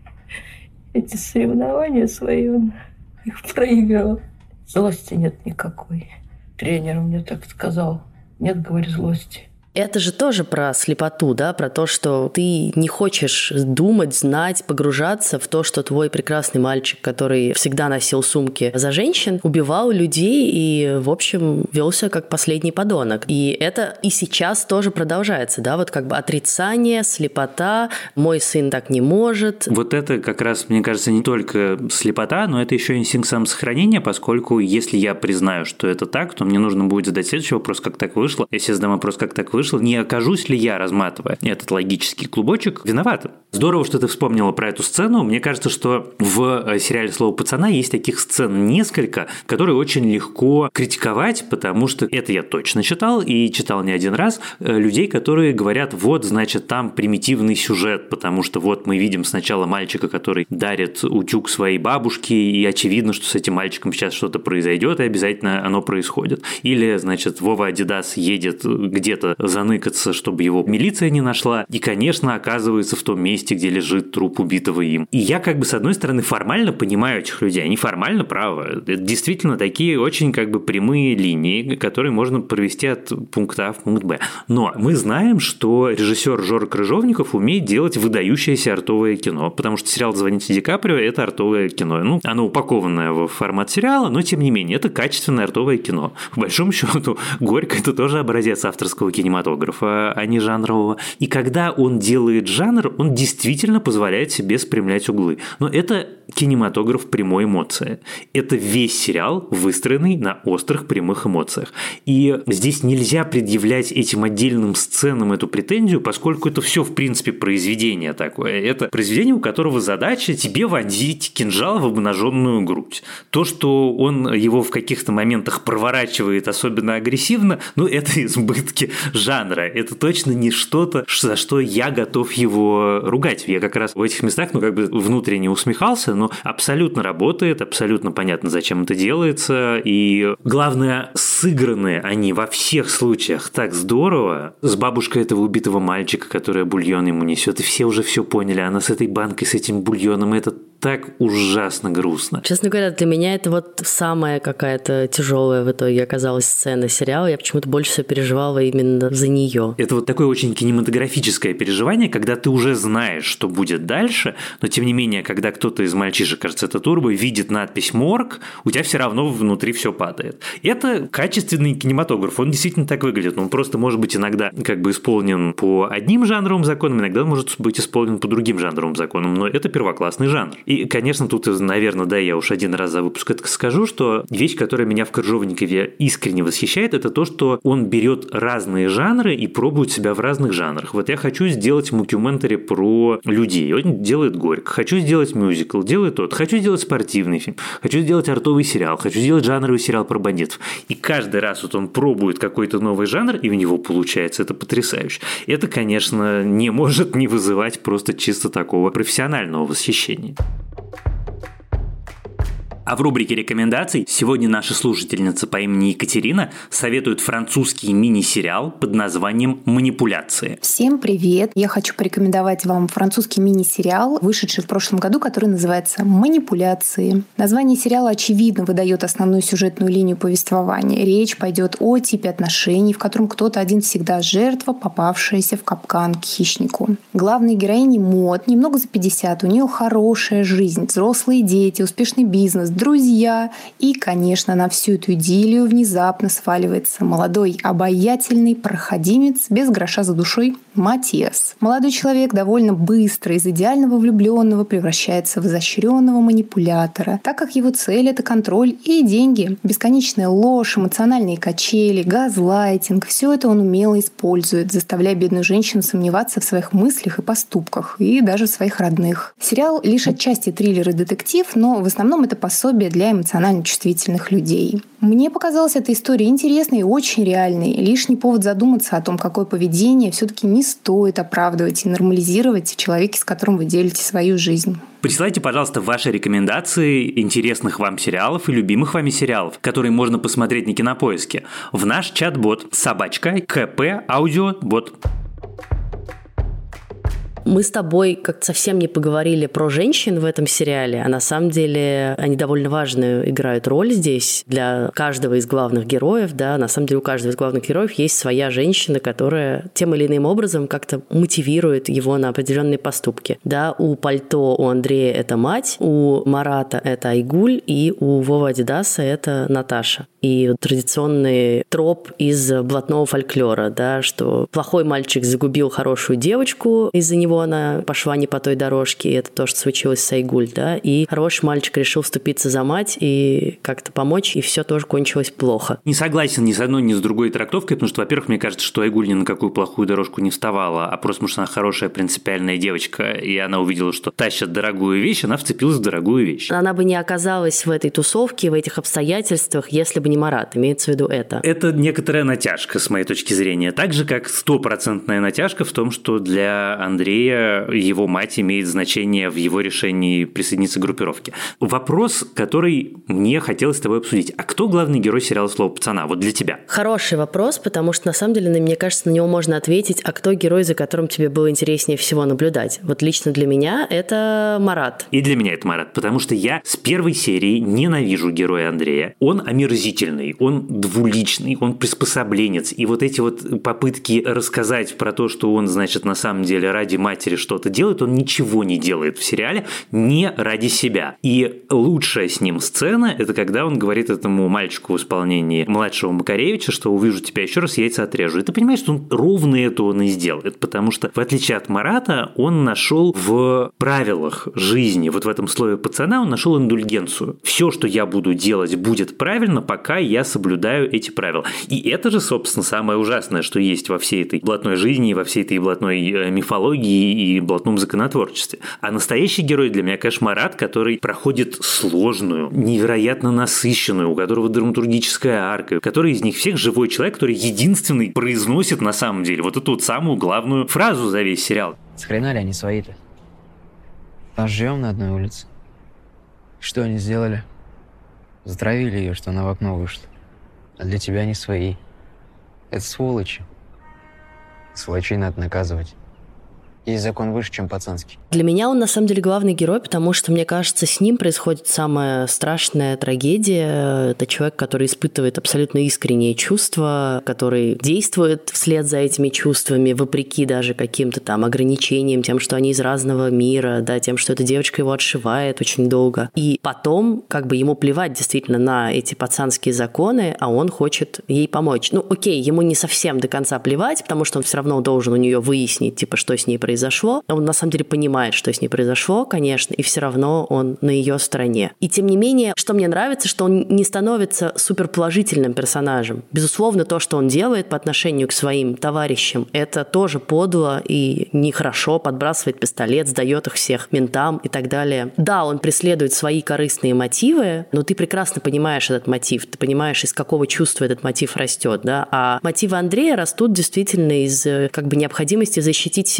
эти соревнования свои, он их проигрывал. Злости нет никакой. Тренер мне так сказал. Нет, говорит, злости. Это же тоже про слепоту, да, про то, что ты не хочешь думать, знать, погружаться в то, что твой прекрасный мальчик, который всегда носил сумки за женщин, убивал людей и, в общем, велся как последний подонок. И это и сейчас тоже продолжается, да, вот как бы отрицание, слепота, мой сын так не может. Вот это как раз, мне кажется, не только слепота, но это еще инстинкт самосохранения, поскольку если я признаю, что это так, то мне нужно будет задать следующий вопрос, как так вышло. Если я задам вопрос, как так вышло, не окажусь ли я, разматывая этот логический клубочек, виноватым. Здорово, что ты вспомнила про эту сцену. Мне кажется, что в сериале «Слово пацана» есть таких сцен несколько, которые очень легко критиковать, потому что это я точно читал, и читал не один раз, людей, которые говорят, вот, значит, там примитивный сюжет, потому что вот мы видим сначала мальчика, который дарит утюг своей бабушке, и очевидно, что с этим мальчиком сейчас что-то произойдет, и обязательно оно происходит. Или, значит, Вова Адидас едет где-то заныкаться, чтобы его милиция не нашла, и, конечно, оказывается в том месте, где лежит труп убитого им. И я, как бы, с одной стороны, формально понимаю этих людей, они формально правы. Это действительно такие очень, как бы, прямые линии, которые можно провести от пункта А в пункт Б. Но мы знаем, что режиссер Жора Крыжовников умеет делать выдающееся артовое кино, потому что сериал «Звоните Ди Каприо» — это артовое кино. Ну, оно упакованное в формат сериала, но, тем не менее, это качественное артовое кино. По большому счету, «Горько» — это тоже образец авторского кинематографа, а не жанрового. И когда он делает жанр, он действительно позволяет себе спрямлять углы. Но это кинематограф прямой эмоции. Это весь сериал, выстроенный на острых прямых эмоциях. И здесь нельзя предъявлять этим отдельным сценам эту претензию, поскольку это все, в принципе, произведение такое. Это произведение, у которого задача тебе вонзить кинжал в обнаженную грудь. То, что он его в каких-то моментах проворачивает особенно агрессивно, ну, это избытки жанра. Это точно не что-то, за что я готов его ругать. Я как раз в этих местах, ну, как бы внутренне усмехался, но абсолютно работает, абсолютно понятно, зачем это делается. И главное, сыграны они во всех случаях так здорово. С бабушкой этого убитого мальчика, которая бульон ему несет, и все уже все поняли. Она с этой банкой, с этим бульоном, это так ужасно грустно. Честно говоря, для меня это вот самая какая-то тяжелая в итоге оказалась сцена сериала. Я почему-то больше всего переживала именно за нее. Это вот такое очень кинематографическое переживание, когда ты уже знаешь, что будет дальше, но тем не менее, когда кто-то из мальчишек, кажется, это Турбо, видит надпись «Морг», у тебя все равно внутри все падает. Это качественный кинематограф, он действительно так выглядит. Он просто может быть иногда как бы исполнен по одним жанровым законам, иногда может быть исполнен по другим жанровым законам, но это первоклассный жанр. И, конечно, тут, наверное, да, я уж один раз за выпуск это скажу, что вещь, которая меня в Крыжовникове искренне восхищает, это то, что он берет разные жанры и пробует себя в разных жанрах. Вот я хочу сделать мокюментари про людей, он делает «Горько», хочу сделать мюзикл, делает тот, хочу сделать спортивный фильм, хочу сделать артовый сериал, хочу сделать жанровый сериал про бандитов. И каждый раз вот он пробует какой-то новый жанр, и у него получается, это потрясающе. Это, конечно, не может не вызывать просто чисто такого профессионального восхищения. А в рубрике рекомендаций сегодня наша слушательница по имени Екатерина советует французский мини-сериал под названием «Манипуляции». Всем привет! Я хочу порекомендовать вам французский мини-сериал, вышедший в прошлом году, который называется «Манипуляции». Название сериала очевидно выдает основную сюжетную линию повествования. Речь пойдет о типе отношений, в котором кто-то один всегда жертва, попавшаяся в капкан к хищнику. Главной героине Мод, немного за пятьдесят, у нее хорошая жизнь, взрослые дети, успешный бизнес, друзья. И, конечно, на всю эту идиллию внезапно сваливается молодой, обаятельный проходимец без гроша за душой Матиас. Молодой человек довольно быстро из идеального влюбленного превращается в изощренного манипулятора, так как его цель — это контроль и деньги. Бесконечная ложь, эмоциональные качели, газлайтинг — все это он умело использует, заставляя бедную женщину сомневаться в своих мыслях и поступках, и даже в своих родных. Сериал лишь отчасти триллер и детектив, но в основном это пособие для эмоционально чувствительных людей. Мне показалась эта история интересной и очень реальной. Лишний повод задуматься о том, какое поведение все-таки не стоит оправдывать и нормализировать в человеке, с которым вы делите свою жизнь. Присылайте, пожалуйста, ваши рекомендации интересных вам сериалов и любимых вами сериалов, которые можно посмотреть на Кинопоиске, в наш чат-бот собачка КП Аудиобот. Мы с тобой как-то совсем не поговорили про женщин в этом сериале, а на самом деле они довольно важную играют роль здесь для каждого из главных героев, да, на самом деле у каждого из главных героев есть своя женщина, которая тем или иным образом как-то мотивирует его на определенные поступки, да, у Пальто, у Андрея это мать, у Марата это Айгуль, и у Вовы Адидаса это Наташа. И традиционный троп из блатного фольклора, да, что плохой мальчик загубил хорошую девочку, из-за него она пошла не по той дорожке, и это то, что случилось с Айгуль, да, и хороший мальчик решил вступиться за мать и как-то помочь, и все тоже кончилось плохо. Не согласен ни с одной, ни с другой трактовкой, потому что, во-первых, мне кажется, что Айгуль ни на какую плохую дорожку не вставала, а просто потому что она хорошая принципиальная девочка, и она увидела, что тащат дорогую вещь, она вцепилась в дорогую вещь. Она бы не оказалась в этой тусовке, в этих обстоятельствах, если бы не Марат, имеется в виду это. Это некоторая натяжка, с моей точки зрения, так же, как стопроцентная натяжка в том, что для Андрея его мать имеет значение в его решении присоединиться к группировке. Вопрос, который мне хотелось с тобой обсудить. А кто главный герой сериала «Слово пацана»? Вот для тебя. Хороший вопрос, потому что, на самом деле, мне кажется, на него можно ответить, а кто герой, за которым тебе было интереснее всего наблюдать? Вот лично для меня это Марат. И для меня это Марат, потому что я с первой серии ненавижу героя Андрея. Он омерзительный, он двуличный, он приспособленец. И вот эти вот попытки рассказать про то, что он, значит, на самом деле ради матери что-то делает, он ничего не делает в сериале не ради себя. И лучшая с ним сцена – это когда он говорит этому мальчику в исполнении младшего Макаревича, что увижу тебя еще раз, яйца отрежу. И ты понимаешь, что он ровно это он и сделает, потому что, в отличие от Марата, он нашел в правилах жизни, вот в этом слове пацана, он нашел индульгенцию. Все, что я буду делать, будет правильно, пока я соблюдаю эти правила. И это же, собственно, самое ужасное, что есть во всей этой блатной жизни, во всей этой блатной мифологии и блатном законотворчестве. А настоящий герой для меня, конечно, Марат, который проходит сложную, невероятно насыщенную, у которого драматургическая арка, который из них всех живой человек, который единственный произносит на самом деле вот эту вот самую главную фразу за весь сериал. С хрена ли они свои-то? А живем на одной улице. Что они сделали? Затравили ее, что она в окно вышла. А для тебя они свои. Это сволочи. Сволочей надо наказывать. Есть закон выше, чем пацанский. Для меня он, на самом деле, главный герой, потому что, мне кажется, с ним происходит самая страшная трагедия. Это человек, который испытывает абсолютно искренние чувства, который действует вслед за этими чувствами, вопреки даже каким-то там ограничениям, тем, что они из разного мира, да, тем, что эта девочка его отшивает очень долго. И потом, как бы, ему плевать действительно на эти пацанские законы, а он хочет ей помочь. Ну, окей, ему не совсем до конца плевать, потому что он все равно должен у нее выяснить, типа, что с ней происходит. произошло. Он на самом деле понимает, что с ней произошло, конечно, и все равно он на ее стороне. И тем не менее, что мне нравится, что он не становится суперположительным персонажем. Безусловно, то, что он делает по отношению к своим товарищам, это тоже подло и нехорошо, подбрасывает пистолет, сдает их всех ментам и так далее. Да, он преследует свои корыстные мотивы, но ты прекрасно понимаешь этот мотив, ты понимаешь, из какого чувства этот мотив растет, да, а мотивы Андрея растут действительно из как бы необходимости защитить себя. Когда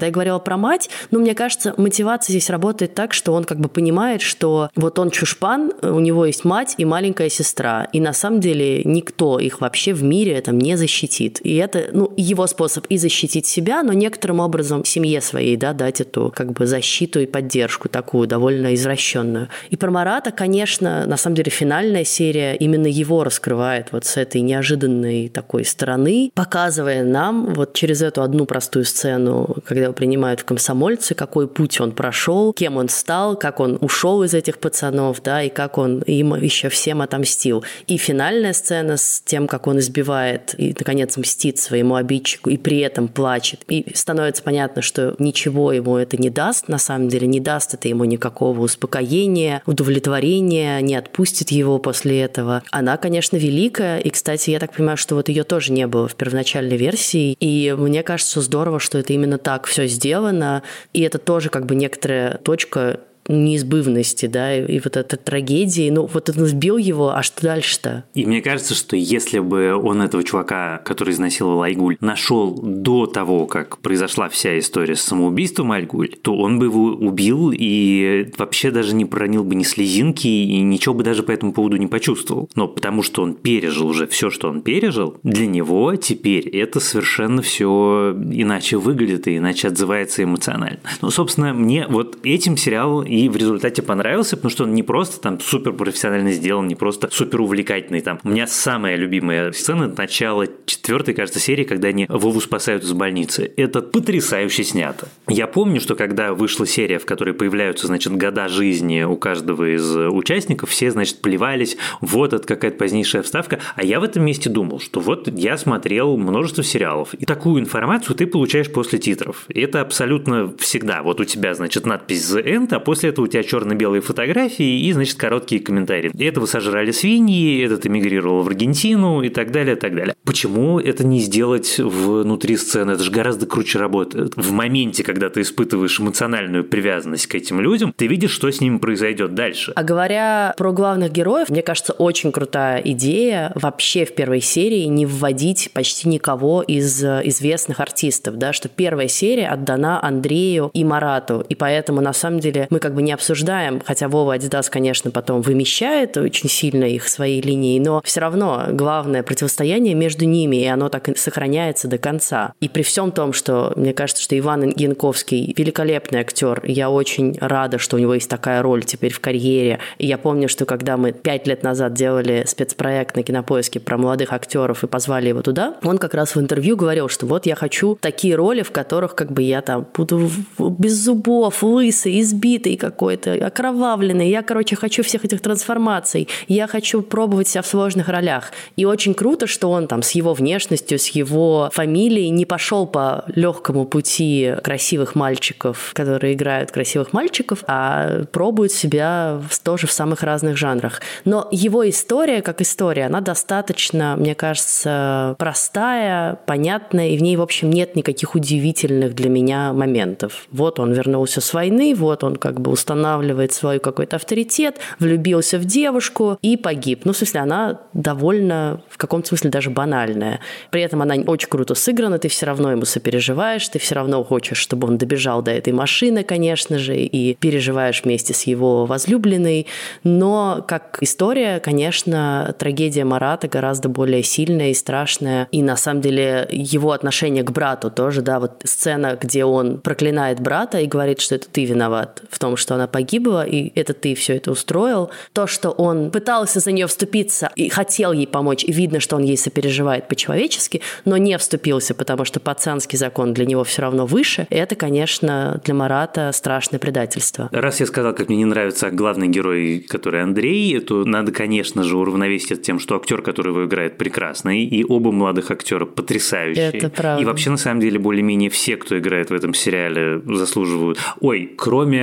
Когда я говорила про мать, ну, мне кажется, мотивация здесь работает так, что он как бы понимает, что вот он чушпан, у него есть мать и маленькая сестра, и на самом деле никто их вообще в мире там не защитит. И это, ну, его способ и защитить себя, но некоторым образом семье своей, да, дать эту как бы защиту и поддержку такую довольно извращенную. И про Марата, конечно, на самом деле финальная серия именно его раскрывает вот с этой неожиданной такой стороны, показывая нам вот через эту одну простую сцену, когда его принимают в комсомольцы, какой путь он прошел, кем он стал, как он ушел из этих пацанов, да, и как он им еще всем отомстил. И финальная сцена с тем, как он избивает и, наконец, мстит своему обидчику, и при этом плачет. И становится понятно, что ничего ему это не даст, на самом деле не даст это ему никакого успокоения, удовлетворения, не отпустит его после этого. Она, конечно, великая, и, кстати, я так понимаю, что вот ее тоже не было в первоначальной версии, и мне кажется здорово, что это именно так все сделано, и это тоже как бы некоторая точка неизбывности, да, и вот этой трагедии. Ну, вот он сбил его, а что дальше-то? И мне кажется, что если бы он этого чувака, который изнасиловал Айгуль, нашел до того, как произошла вся история с самоубийством Айгуль, то он бы его убил и вообще даже не проронил бы ни слезинки и ничего бы даже по этому поводу не почувствовал. Но потому что он пережил уже все, что он пережил, для него теперь это совершенно все иначе выглядит и иначе отзывается эмоционально. Ну, собственно, мне вот этим сериал и в результате понравился, потому что он не просто там супер профессионально сделан, не просто супер увлекательный. Там. У меня самая любимая сцена – начало четвертой, кажется, серии, когда они Вову спасают из больницы. Это потрясающе снято. Я помню, что когда вышла серия, в которой появляются, значит, года жизни у каждого из участников, все, значит, плевались, вот это какая-то позднейшая вставка, а я в этом месте думал, что вот я смотрел множество сериалов, и такую информацию ты получаешь после титров. И это абсолютно всегда. Вот у тебя, значит, надпись «The End», а после этого у тебя черно-белые фотографии и, значит, короткие комментарии. Этого сожрали свиньи, этот эмигрировал в Аргентину и так далее, и так далее. Почему это не сделать внутри сцены? Это же гораздо круче работает. В моменте, когда ты испытываешь эмоциональную привязанность к этим людям, ты видишь, что с ними произойдет дальше. А говоря про главных героев, мне кажется, очень крутая идея вообще в первой серии не вводить почти никого из известных артистов, да, что первая серия отдана Андрею и Марату, и поэтому, на самом деле, мы как бы не обсуждаем, хотя Вова Адидас, конечно, потом вымещает очень сильно их своей линией, но все равно главное противостояние между ними, и оно так и сохраняется до конца. И при всем том, что мне кажется, что Иван Янковский великолепный актер, я очень рада, что у него есть такая роль теперь в карьере. И я помню, что когда мы пять лет назад делали спецпроект на Кинопоиске про молодых актеров и позвали его туда, он как раз в интервью говорил, что вот я хочу такие роли, в которых как бы я там буду без зубов, лысый, избитый, какой-то окровавленный. Я, короче, хочу всех этих трансформаций. Я хочу пробовать себя в сложных ролях. И очень круто, что он там с его внешностью, с его фамилией не пошел по легкому пути красивых мальчиков, которые играют красивых мальчиков, а пробует себя тоже в самых разных жанрах. Но его история, как история, она достаточно, мне кажется, простая, понятная, и в ней, в общем, нет никаких удивительных для меня моментов. Вот он вернулся с войны, вот он как бы устанавливает свой какой-то авторитет, влюбился в девушку и погиб. Ну, в смысле, она довольно, в каком-то смысле, даже банальная. При этом она очень круто сыграна, ты все равно ему сопереживаешь, ты все равно хочешь, чтобы он добежал до этой машины, конечно же, и переживаешь вместе с его возлюбленной. Но как история, конечно, трагедия Марата гораздо более сильная и страшная. И, на самом деле, его отношение к брату тоже, да, вот сцена, где он проклинает брата и говорит, что это ты виноват в том, что она погибла, и это ты все это устроил. То, что он пытался за нее вступиться и хотел ей помочь, и видно, что он ей сопереживает по-человечески, но не вступился, потому что пацанский закон для него все равно выше. И это, конечно, для Марата страшное предательство. Раз я сказал, как мне не нравится главный герой, который Андрей, то надо, конечно же, уравновесить это тем, что актер, который его играет, прекрасный, и оба молодых актера потрясающие. Это правда. И вообще, на самом деле, более-менее все, кто играет в этом сериале, заслуживают. Ой, кроме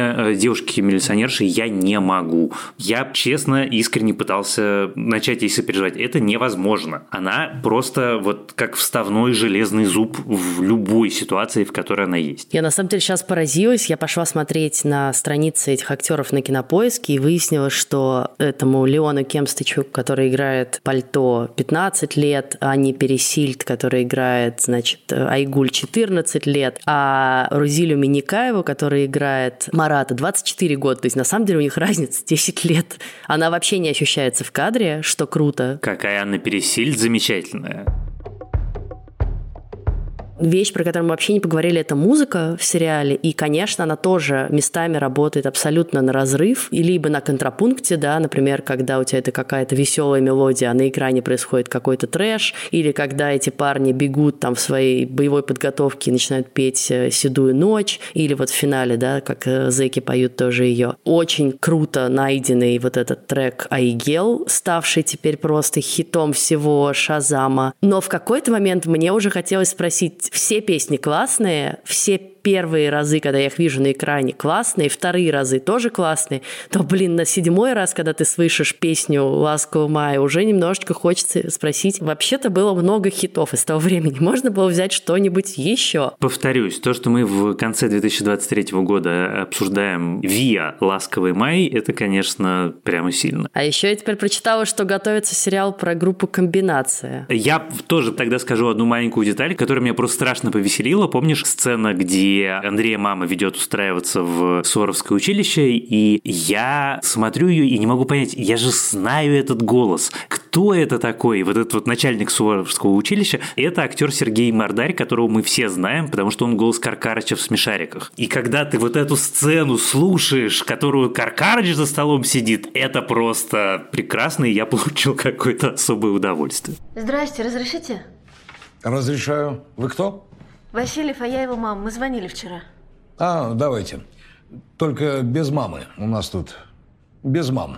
девушки-милиционерши я не могу. Я, честно, искренне пытался начать ей сопереживать. Это невозможно. Она просто вот как вставной железный зуб в любой ситуации, в которой она есть. Я на самом деле сейчас поразилась. Я пошла смотреть на страницы этих актеров на Кинопоиске и выяснила, что этому Леону Кемстычу, который играет Пальто, пятнадцать лет, Анне Пересильд, которая играет, значит, Айгуль, четырнадцать лет, а Рузилю Миникаеву, которая играет Марата, двадцать четыре года. То есть, на самом деле, у них разница десять лет. Она вообще не ощущается в кадре, что круто. Какая Анна Пересильд замечательная. Вещь, про которую мы вообще не поговорили, это музыка в сериале. И, конечно, она тоже местами работает абсолютно на разрыв. И либо на контрапункте, да, например, когда у тебя это какая-то веселая мелодия, а на экране происходит какой-то трэш. Или когда эти парни бегут там в своей боевой подготовке и начинают петь «Седую ночь». Или вот в финале, да, как зэки поют тоже ее. Очень круто найденный вот этот трек «Айгел», ставший теперь просто хитом всего Шазама. Но в какой-то момент мне уже хотелось спросить, все песни классные, все первые разы, когда я их вижу на экране, классные, вторые разы тоже классные, то, блин, на седьмой раз, когда ты слышишь песню «Ласкового мая», уже немножечко хочется спросить, вообще-то было много хитов из того времени, можно было взять что-нибудь еще? Повторюсь, то, что мы в конце две тысячи двадцать третьего года обсуждаем виа «Ласковый май», это, конечно, прямо сильно. А еще я теперь прочитала, что готовится сериал про группу «Комбинация». Я тоже тогда скажу одну маленькую деталь, которая меня просто страшно повеселила. Помнишь сцена, где Андрея мама ведет устраиваться в Суворовское училище, и я смотрю ее и не могу понять, я же знаю этот голос. Кто это такой? Вот этот вот начальник Суворовского училища, это актер Сергей Мордарь, которого мы все знаем, потому что он голос Каркарыча в «Смешариках». И когда ты вот эту сцену слушаешь, которую Каркарыч за столом сидит, это просто прекрасно, и я получил какое-то особое удовольствие. Здрасте, разрешите? Разрешаю. Вы кто? Васильев, а я его мама. Мы звонили вчера. А, давайте. Только без мамы. У нас тут без мамы.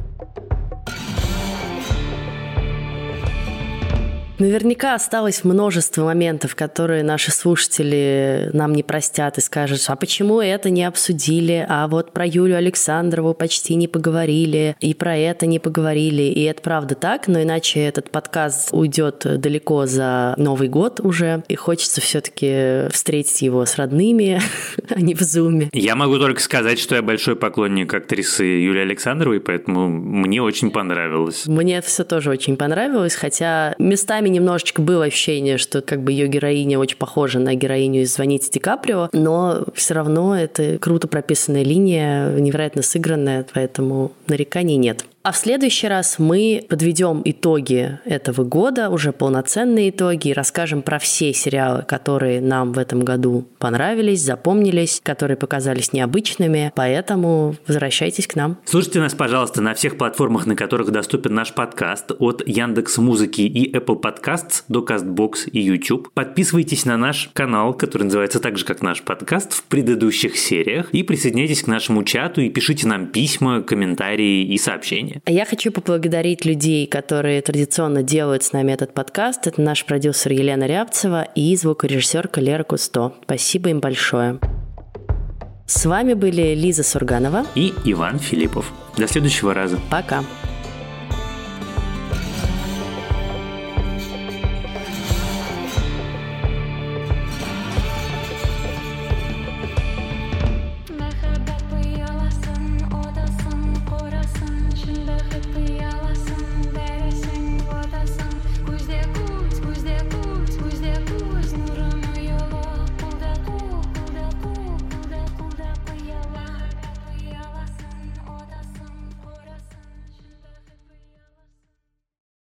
Наверняка осталось множество моментов, которые наши слушатели нам не простят и скажут, а почему это не обсудили, а вот про Юлию Александрову почти не поговорили, и про это не поговорили. И это правда так, но иначе этот подкаст уйдет далеко за Новый год уже, и хочется все-таки встретить его с родными, а не в зуме. Я могу только сказать, что я большой поклонник актрисы Юлии Александровой, поэтому мне очень понравилось. Мне все тоже очень понравилось, хотя местами немножечко было ощущение, что как бы ее героиня очень похожа на героиню из «Звоните Ди Каприо», но все равно это круто прописанная линия, невероятно сыгранная, поэтому нареканий нет. А в следующий раз мы подведем итоги этого года, уже полноценные итоги, и расскажем про все сериалы, которые нам в этом году понравились, запомнились, которые показались необычными, поэтому возвращайтесь к нам. Слушайте нас, пожалуйста, на всех платформах, на которых доступен наш подкаст, от Яндекс.Музыки и Apple Podcasts до Castbox и YouTube. Подписывайтесь на наш канал, который называется так же, как наш подкаст, в предыдущих сериях, и присоединяйтесь к нашему чату и пишите нам письма, комментарии и сообщения. А я хочу поблагодарить людей, которые традиционно делают с нами этот подкаст. Это наш продюсер Елена Рябцева и звукорежиссерка Лера Кусто. Спасибо им большое. С вами были Лиза Сурганова и Иван Филиппов. До следующего раза. Пока.